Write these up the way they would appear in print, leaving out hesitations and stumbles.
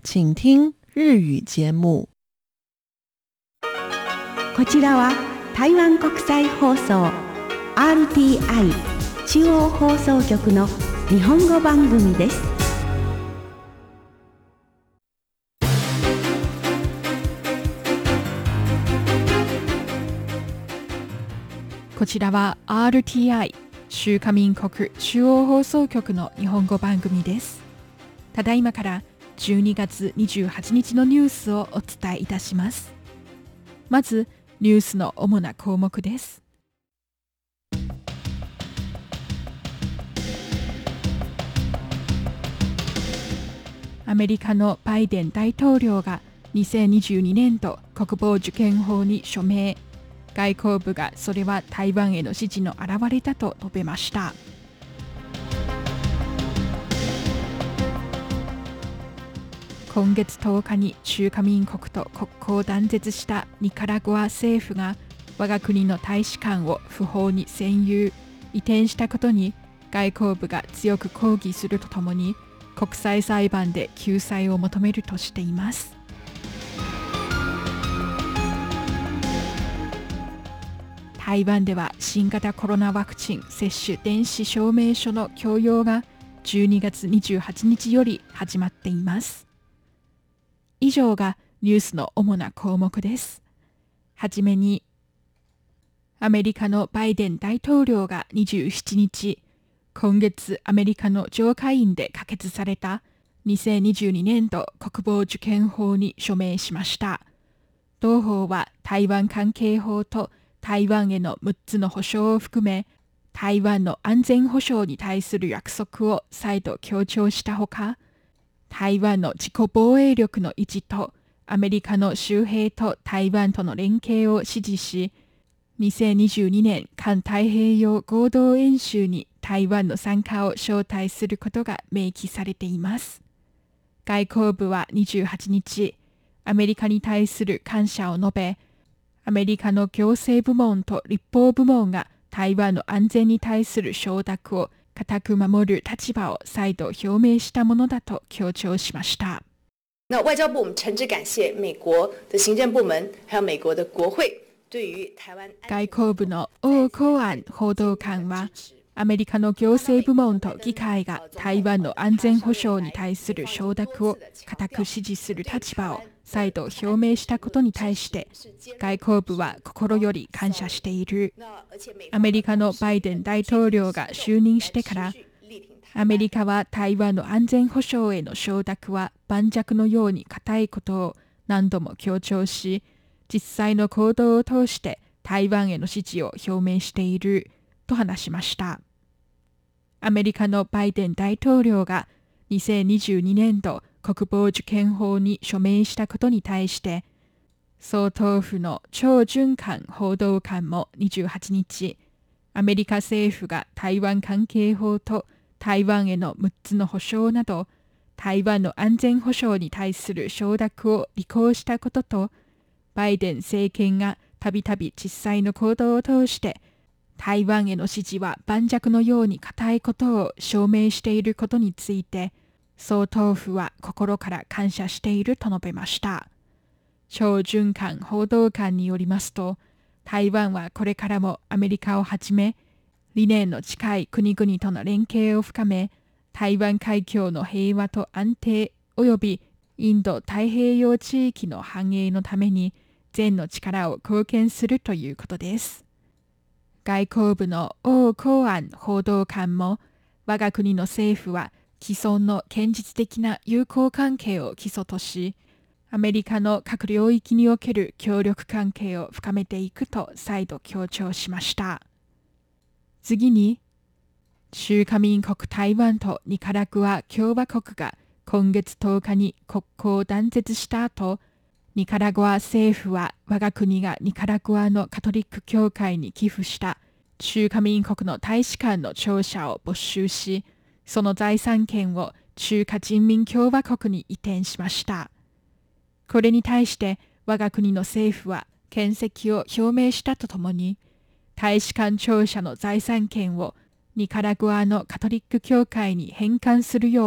请听日语节目。 こちらは台湾国際放送 RTI 中央放送局の日本語番組です。 こちらは RTI 中華民国中央放送局の日本語番組です。ただいまから12月28日のニュースをお伝えいたします。まずニュースの主な項目です。アメリカのバイデン大統領が2022年度国防受験法に署名。外交部がそれは台湾への支持の表れだと述べました。今月10日に中華民国と国交を断絶したニカラグア政府が我が国の大使館を不法に占有・移転したことに外交部が強く抗議するとともに国際裁判で救済を求めるとしています。台湾では新型コロナワクチン接種電子証明書の供用が12月28日より始まっています。以上がニュースの主な項目です。はじめに、アメリカのバイデン大統領が27日、今月アメリカの上下院で可決された2022年度国防受験法に署名しました。同法は台湾関係法と台湾への6つの保障を含め、台湾の安全保障に対する約束を再度強調したほか、台湾の自己防衛力の維持とアメリカの周辺と台湾との連携を支持し、2022年環太平洋合同演習に台湾の参加を招待することが明記されています。外交部は28日、アメリカに対する感謝を述べ、アメリカの行政部門と立法部門が台湾の安全に対する承諾を固く守る立場を再度表明したものだと強調しました。 那外交部我们诚挚感谢美国的行政部門还有美国的国会对于台湾外交部の王光安報道官は、アメリカの行政部門と議会が台湾の安全保障に対する承諾を固く支持する立場を再度表明したことに対して、外交部は心より感謝している。アメリカのバイデン大統領が就任してから、アメリカは台湾の安全保障への承諾は盤石のように固いことを何度も強調し、実際の行動を通して台湾への支持を表明していると話しました。アメリカのバイデン大統領が2022年度国防受験法に署名したことに対して、総統府の張俊官報道官も28日、アメリカ政府が台湾関係法と台湾への6つの保障など、台湾の安全保障に対する承諾を履行したことと、バイデン政権がたびたび実際の行動を通して、台湾への支持は盤石のように固いことを証明していることについて、総統府は心から感謝していると述べました。張俊官報道官によりますと、台湾はこれからもアメリカをはじめ、理念の近い国々との連携を深め、台湾海峡の平和と安定及びインド太平洋地域の繁栄のために全の力を貢献するということです。外交部の王光安報道官も、我が国の政府は既存の堅実的な友好関係を基礎とし、アメリカの各領域における協力関係を深めていくと再度強調しました。次に、中華民国台湾とニカラグア共和国が今月10日に国交を断絶した後、ニカラグア政府は我が国がニカラグアのカトリック教会に寄付した中華民国の大使館の庁舎を没収し、その財産権を中華人民共和国に移転しました。これに対して我が国の政府は見責を表明したとともに、大使館庁舎の財産権をニカラグアのカトリック教会に返還するよう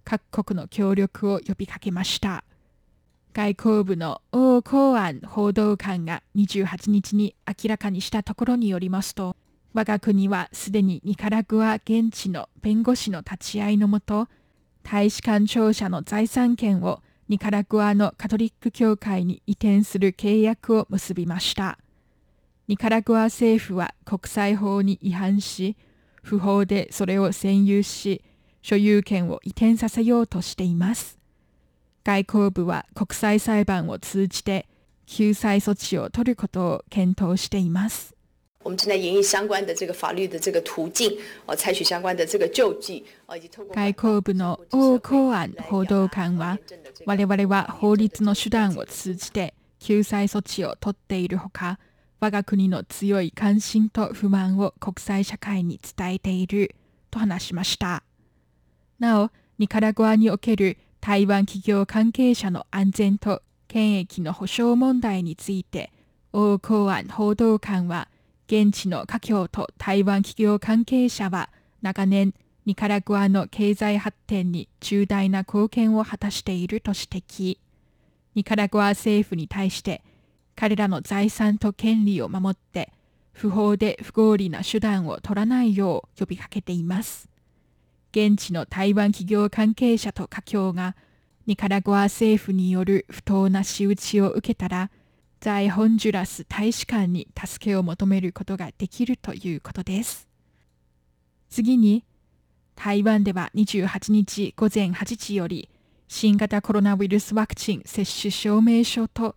各国の協力を呼びかけました。外交部の王光安報道官が28日に明らかにしたところによりますと、我が国はすでにニカラグア現地の弁護士の立ち会いのもと、大使館庁舎の財産権をニカラグアのカトリック教会に移転する契約を結びました。ニカラグア政府は国際法に違反し、不法でそれを占有し、所有権を移転させようとしています。外交部は国際裁判を通じて救済措置を取ることを検討しています。 我们正在研议相关的这个法律的这个途径，采取相关的这个救济，以及透過外交部の王光安報道官は、我々は法律の手段を通じて救済措置を取っているほか、我が国の強い関心と不満を国際社会に伝えていると話しました。なお、ニカラグアにおける台湾企業関係者の安全と権益の保障問題について、王光安報道官は、現地の華僑と台湾企業関係者は長年ニカラグアの経済発展に重大な貢献を果たしていると指摘。ニカラグア政府に対して彼らの財産と権利を守って不法で不合理な手段を取らないよう呼びかけています。現地の台湾企業関係者と華僑がニカラグア政府による不当な仕打ちを受けたら、在ホンジュラス大使館に助けを求めることができるということです。次に、台湾では28日午前8時より、新型コロナウイルスワクチン接種証明書と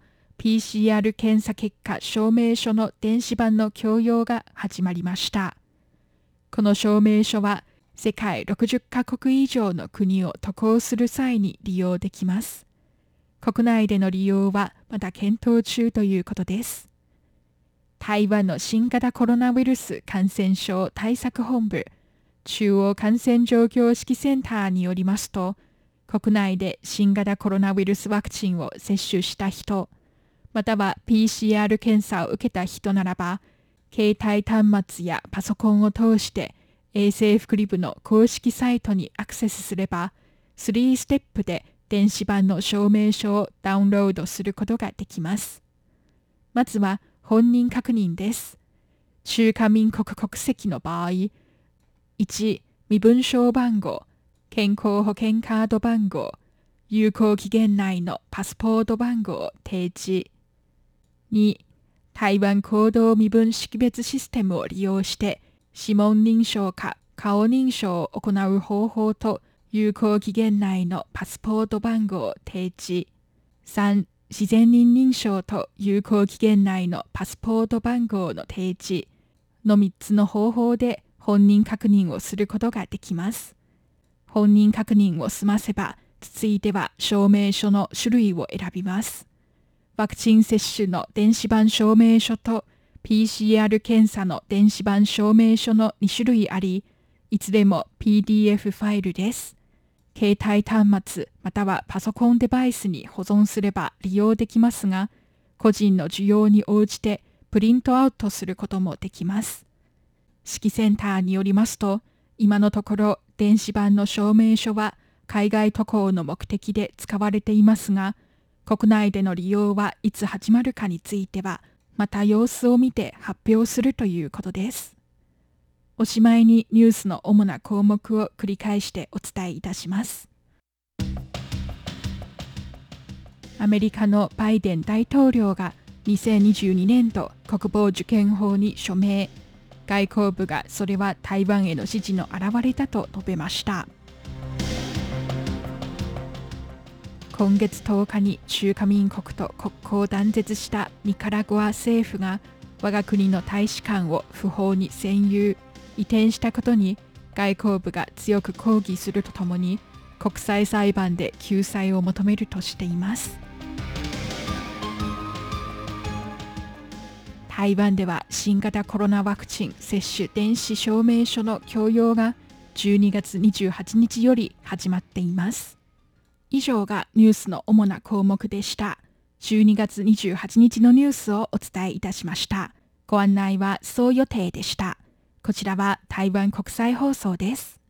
PCR 検査結果証明書の電子版の供用が始まりました。この証明書は、世界60カ国以上の国を渡航する際に利用できます。国内での利用はまだ検討中ということです。台湾の新型コロナウイルス感染症対策本部中央感染状況指揮センターによりますと、国内で新型コロナウイルスワクチンを接種した人、または PCR 検査を受けた人ならば、携帯端末やパソコンを通して衛生福利部の公式サイトにアクセスすれば、3ステップで電子版の証明書をダウンロードすることができます。まずは本人確認です。中華民国国籍の場合、1、身分証番号、健康保険カード番号、有効期限内のパスポート番号を提示。2、台湾行動身分識別システムを利用して指紋認証か顔認証を行う方法と有効期限内のパスポート番号を提示。3、自然人認証と有効期限内のパスポート番号の提示の3つの方法で本人確認をすることができます。本人確認を済ませば、続いては証明書の種類を選びます。ワクチン接種の電子版証明書と PCR 検査の電子版証明書の2種類あり、いつでも PDF ファイルです。携帯端末またはパソコンデバイスに保存すれば利用できますが、個人の需要に応じてプリントアウトすることもできます。指揮センターによりますと、今のところ電子版の証明書は海外渡航の目的で使われていますが、国内での利用はいつ始まるかについては、また様子を見て発表するということです。おしまいにニュースの主な項目を繰り返してお伝えいたします。アメリカのバイデン大統領が2022年度国防受験法に署名。外交部がそれは台湾への支持の表れだと述べました。今月10日に中華民国と国交を断絶したニカラグア政府が我が国の大使館を不法に占有、移転したことに外交部が強く抗議するとともに国際裁判で救済を求めるとしています。台湾では新型コロナワクチン接種電子証明書の供用が12月28日より始まっています。以上がニュースの主な項目でした。12月28日のニュースをお伝えいたしました。ご案内はそう予定でした。こちらは台湾国際放送です。